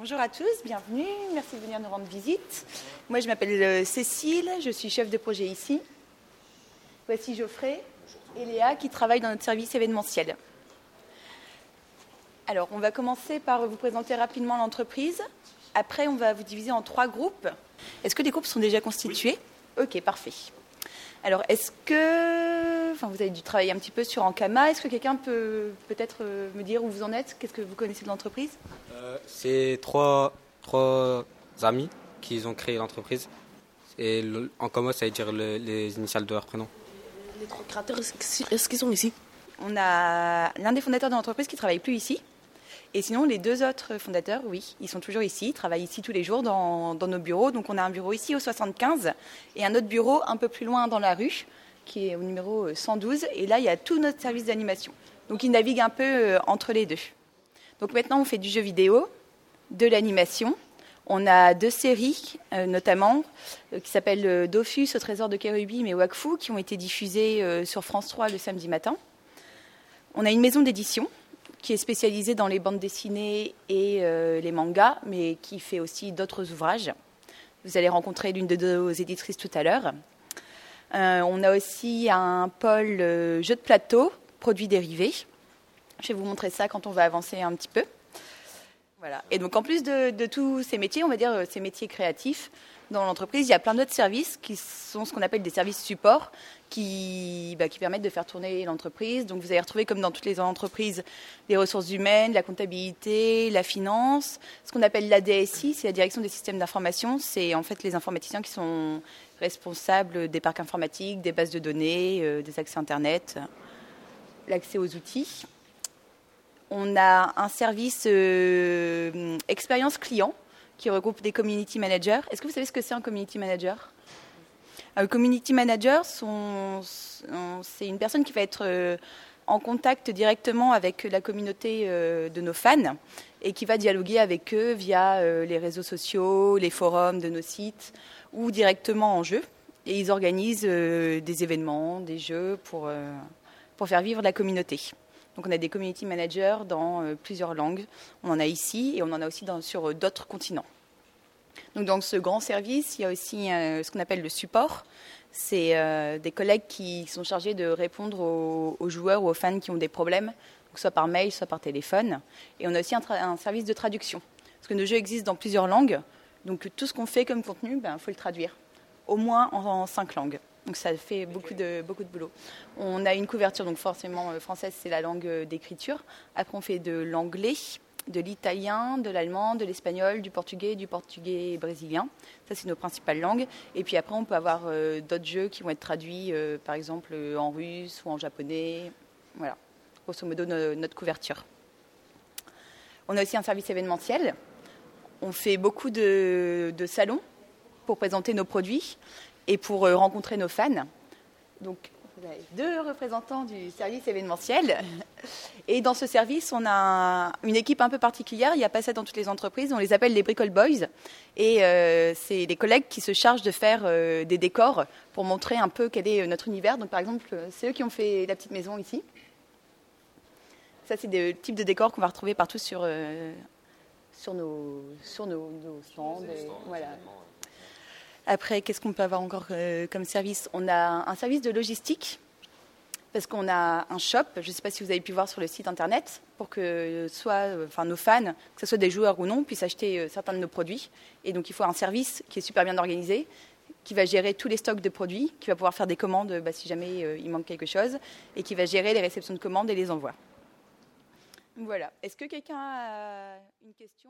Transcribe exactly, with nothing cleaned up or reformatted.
Bonjour à tous, bienvenue, merci de venir nous rendre visite. Moi je m'appelle Cécile, je suis chef de projet ici. Voici Geoffrey et Léa qui travaillent dans notre service événementiel. Alors on va commencer par vous présenter rapidement l'entreprise. Après on va vous diviser en trois groupes. Est-ce que les groupes sont déjà constitués ? Oui. Ok, parfait. Alors est-ce que, enfin vous avez dû travailler un petit peu sur Ankama, est-ce que quelqu'un peut peut-être me dire où vous en êtes ? Qu'est-ce que vous connaissez de l'entreprise ? euh, C'est trois, trois amis qui ont créé l'entreprise. Et le, Ankama, ça veut dire le, les initiales de leur prénom. Les trois créateurs, est-ce qu'ils sont ici ? On a l'un des fondateurs de l'entreprise qui ne travaille plus ici. Et sinon, les deux autres fondateurs, oui, ils sont toujours ici, ils travaillent ici tous les jours dans, dans nos bureaux. Donc on a un bureau ici au soixante-quinze et un autre bureau un peu plus loin dans la rue, qui est au numéro cent douze. Et là, il y a tout notre service d'animation. Donc ils naviguent un peu entre les deux. Donc maintenant, on fait du jeu vidéo, de l'animation. On a deux séries, euh, notamment, euh, qui s'appellent euh, Dofus, au trésor de Kérubim et Wakfu, qui ont été diffusées euh, sur France trois le samedi matin. On a une maison d'édition qui est spécialisée dans les bandes dessinées et euh, les mangas, mais qui fait aussi d'autres ouvrages. Vous allez rencontrer l'une de nos éditrices tout à l'heure. Euh, on a aussi un pôle euh, jeux de plateau, produits dérivés. Je vais vous montrer ça quand on va avancer un petit peu. Voilà. Et donc en plus de, de tous ces métiers, on va dire ces métiers créatifs, dans l'entreprise, il y a plein d'autres services qui sont ce qu'on appelle des services supports qui, bah, qui permettent de faire tourner l'entreprise. Donc vous allez retrouver, comme dans toutes les entreprises, les ressources humaines, la comptabilité, la finance. Ce qu'on appelle l'A D S I, c'est la direction des systèmes d'information. C'est en fait les informaticiens qui sont responsables des parcs informatiques, des bases de données, euh, des accès Internet, l'accès aux outils. On a un service euh, expérience client qui regroupe des community managers. Est-ce que vous savez ce que c'est un community manager ? Un community manager, sont, c'est une personne qui va être euh, en contact directement avec la communauté euh, de nos fans et qui va dialoguer avec eux via euh, les réseaux sociaux, les forums de nos sites ou directement en jeu. Et ils organisent euh, des événements, des jeux pour, euh, pour faire vivre la communauté. Donc on a des community managers dans euh, plusieurs langues. On en a ici et on en a aussi dans, sur euh, d'autres continents. Donc dans ce grand service, il y a aussi euh, ce qu'on appelle le support. C'est euh, des collègues qui sont chargés de répondre aux, aux joueurs ou aux fans qui ont des problèmes, donc soit par mail, soit par téléphone. Et on a aussi un, tra- un service de traduction. Parce que nos jeux existent dans plusieurs langues. Donc tout ce qu'on fait comme contenu, ben, faut le traduire. Au moins en, en cinq langues. Donc ça fait beaucoup de, beaucoup de boulot. On a une couverture, donc forcément euh, française, c'est la langue d'écriture. Après, on fait de l'anglais, de l'italien, de l'allemand, de l'espagnol, du portugais, du portugais brésilien. Ça, c'est nos principales langues. Et puis après, on peut avoir euh, d'autres jeux qui vont être traduits, euh, par exemple, euh, en russe ou en japonais. Voilà, grosso modo, no, notre couverture. On a aussi un service événementiel. On fait beaucoup de, de salons pour présenter nos produits et pour euh, rencontrer nos fans. Donc, vous avez deux représentants du service événementiel. Et dans ce service, on a une équipe un peu particulière. Il n'y a pas ça dans toutes les entreprises. On les appelle les Bricole Boys. Et euh, c'est les collègues qui se chargent de faire euh, des décors pour montrer un peu quel est notre univers. Donc, par exemple, c'est eux qui ont fait la petite maison ici. Ça, c'est des types de décors qu'on va retrouver partout sur, euh, sur, nos, sur nos, nos stands. Et, voilà. Après, qu'est-ce qu'on peut avoir encore euh, comme service ? On a un service de logistique, parce qu'on a un shop, je ne sais pas si vous avez pu voir sur le site internet, pour que soit, euh, enfin, nos fans, que ce soit des joueurs ou non, puissent acheter euh, certains de nos produits. Et donc, il faut un service qui est super bien organisé, qui va gérer tous les stocks de produits, qui va pouvoir faire des commandes bah, si jamais euh, il manque quelque chose, et qui va gérer les réceptions de commandes et les envois. Voilà. Est-ce que quelqu'un a une question ?